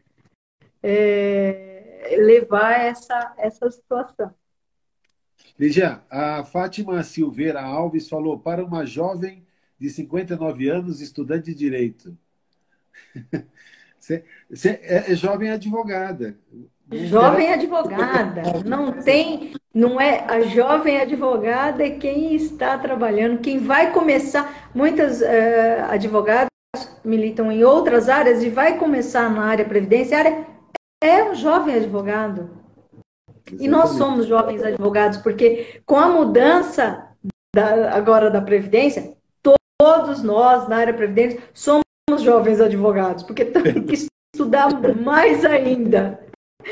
é, levar essa, essa situação. Lígia, a Fátima Silveira Alves falou para uma jovem de cinquenta e nove anos, estudante de direito. Você, você é, é jovem advogada. Não interessa. Jovem advogada, não tem, não é a jovem advogada é quem está trabalhando, quem vai começar. Muitas eh, advogadas militam em outras áreas e vai começar na área previdenciária é um jovem advogado. E nós Exatamente. somos jovens advogados, porque com a mudança da, agora da Previdência, todos nós na área Previdência somos jovens advogados, porque temos que estudar mais ainda.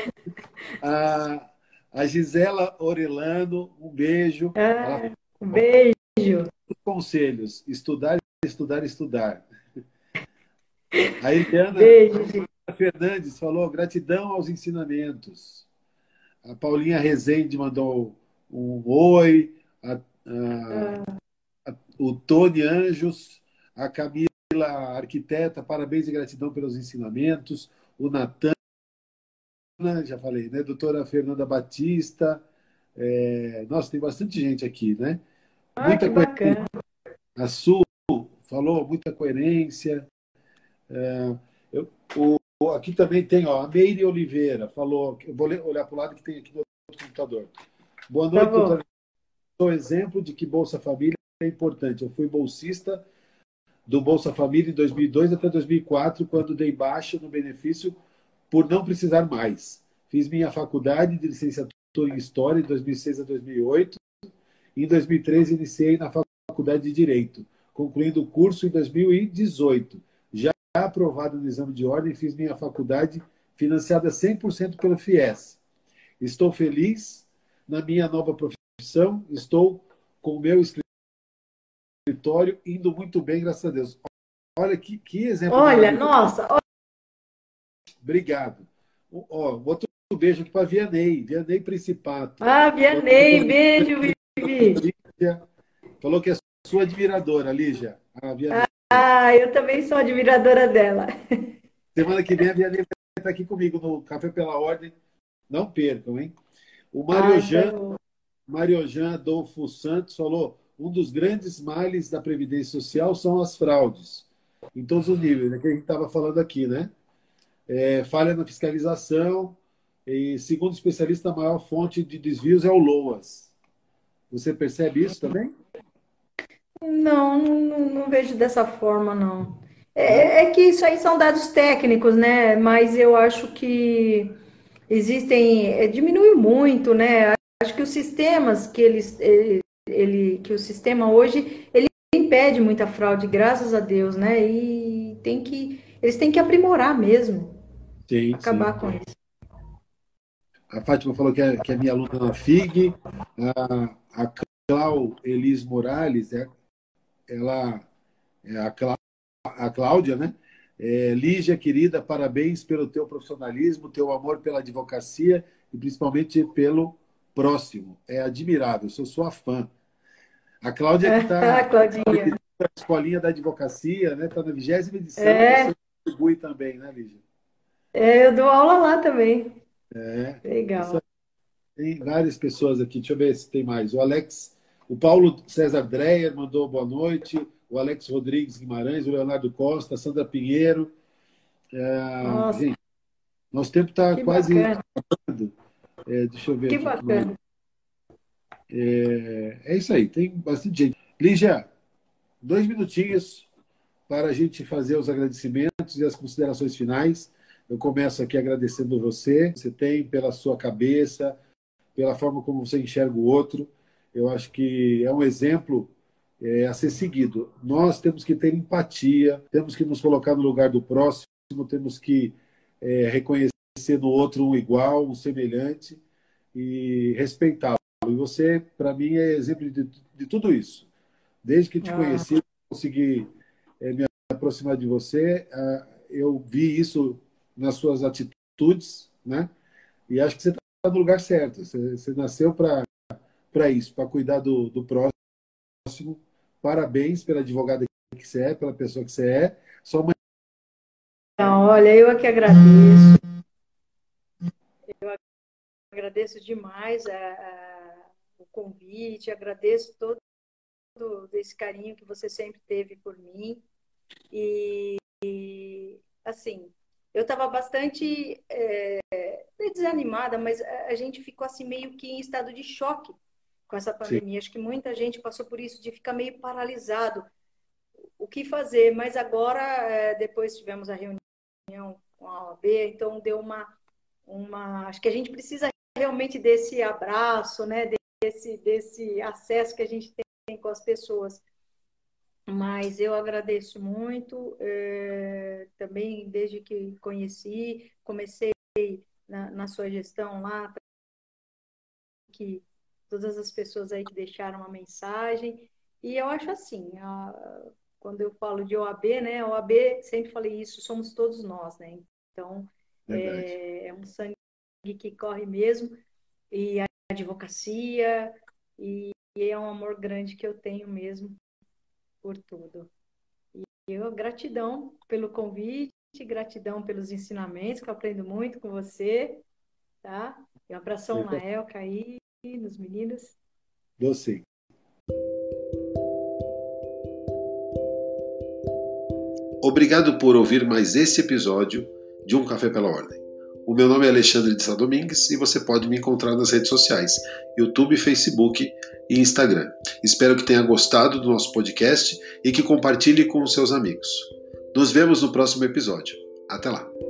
A, a Gisela Orelano, um beijo. Ela É, um beijo. conselhos: estudar, estudar, estudar. A Eliana Beijo, gente. Fernandes falou gratidão aos ensinamentos. A Paulinha Rezende mandou um oi. A, a, a, o Tony Anjos, a Camila Arquiteta, parabéns e gratidão pelos ensinamentos. O Natan, já falei, né? Doutora Fernanda Batista. É, nossa, tem bastante gente aqui, né? Ah, Muita que coisa. bacana. A Su falou muita coerência. É, eu, o, aqui também tem, ó, a Meire Oliveira falou, eu vou ler, olhar para o lado que tem aqui no outro computador. Boa Tá noite, bom. doutor. Sou exemplo de que Bolsa Família é importante. Eu fui bolsista do Bolsa Família em dois mil e dois até dois mil e quatro, quando dei baixa no benefício por não precisar mais. Fiz minha faculdade de licenciatura em História em dois mil e seis a dois mil e oito. Em dois mil e treze, iniciei na Faculdade de Direito, concluindo o curso em dois mil e dezoito. Já aprovado no exame de ordem, fiz minha faculdade financiada cem por cento pelo FIES. Estou feliz na minha nova profissão, estou com o meu escritório indo muito bem, graças a Deus. Olha que, que exemplo Olha, maravilhoso. nossa, ó- Obrigado. Ó, outro beijo aqui para Vianney, Vianney Principato. ah, Falou que Vianney, beijo, Vivi. Lígia, falou que é sua admiradora, Lígia. A Vianney. Ah, eu também sou admiradora dela. Semana que vem a Vianney vai estar aqui comigo no Café pela Ordem. Não percam, hein? O Ah, Mariojan, então, Mariojan Adolfo Santos falou: um dos grandes males da Previdência Social são as fraudes, em todos os níveis, é que a gente estava falando aqui, né? É, falha na fiscalização, e segundo especialista, a maior fonte de desvios é o LOAS. Você percebe isso também? não, não, não vejo dessa forma, não. Não? É, é que isso aí são dados técnicos, né? Mas eu acho que existem, é, diminuiu muito, né? Acho que os sistemas que eles, ele, ele- que o sistema hoje, ele impede muita fraude, graças a Deus, né? E tem que, eles têm que aprimorar mesmo, Sim, sim. acabar com isso. A Fátima falou que é, que é minha aluna na F I G. A, a Clau Elis Morales, é, ela é a, Clá, a Cláudia, né? É, Lígia, querida, parabéns pelo teu profissionalismo, teu amor pela advocacia e principalmente pelo próximo. É admirável, sou sua fã. A Cláudia que Ah, está Claudinha. na escolinha da advocacia, né? Está na vigésima edição e você É, contribui também, né, Lígia? é, eu dou aula lá também. É, isso Legal. aí. Tem várias pessoas aqui. Deixa eu ver se tem mais. O Alex, o Paulo César Dreyer mandou boa noite. O Alex Rodrigues Guimarães, o Leonardo Costa, a Sandra Pinheiro. Ah, Nossa, gente, nosso tempo está que quase bacana, acabando. É, deixa eu ver que aqui o que mais. bacana. É, é isso aí, tem bastante gente. Lígia, dois minutinhos para a gente fazer os agradecimentos e as considerações finais. Eu começo aqui agradecendo você. Você tem pela sua cabeça, pela forma como você enxerga o outro. Eu acho que é um exemplo é, a ser seguido. Nós temos que ter empatia, temos que nos colocar no lugar do próximo, temos que é, reconhecer no outro um igual, um semelhante e respeitá-lo. E você, para mim, é exemplo de, de tudo isso. Desde que te Ah, conheci, consegui é, me aproximar de você, ah, eu vi isso nas suas atitudes, né? E acho que você está no lugar certo. Você, você nasceu para para isso, para cuidar do, do próximo. Parabéns pela advogada que você é, pela pessoa que você é. Sua mãe. então, olha, eu aqui agradeço, agradeço demais a, a- o convite, agradeço todo esse carinho que você sempre teve por mim. E, assim, eu estava bastante é, desanimada, mas a, a gente ficou assim meio que em estado de choque com essa Sim, pandemia. Acho que muita gente passou por isso, de ficar meio paralisado. O que fazer? Mas agora, é, depois tivemos a reunião com a O A B, então deu uma, uma. Acho que a gente precisa realmente desse abraço, né? Desse, desse acesso que a gente tem com as pessoas. Mas eu agradeço muito, é, também desde que conheci, comecei na, na sua gestão lá, que todas as pessoas aí que deixaram uma mensagem. E eu acho assim, a, quando eu falo de O A B, né? A O A B, sempre falei isso, somos todos nós, né? Então, verdade. é, é um sangue que corre mesmo, e a advocacia, e, e é um amor grande que eu tenho mesmo por tudo. E eu, gratidão pelo convite, gratidão pelos ensinamentos, que eu aprendo muito com você, tá? E um abração na Elca aí, nos meninos. Doce. Obrigado por ouvir mais esse episódio de Um Café pela Ordem. O meu nome é Alexandre de Sá Domingues e você pode me encontrar nas redes sociais, YouTube, Facebook e Instagram. Espero que tenha gostado do nosso podcast e que compartilhe com os seus amigos. Nos vemos no próximo episódio. Até lá!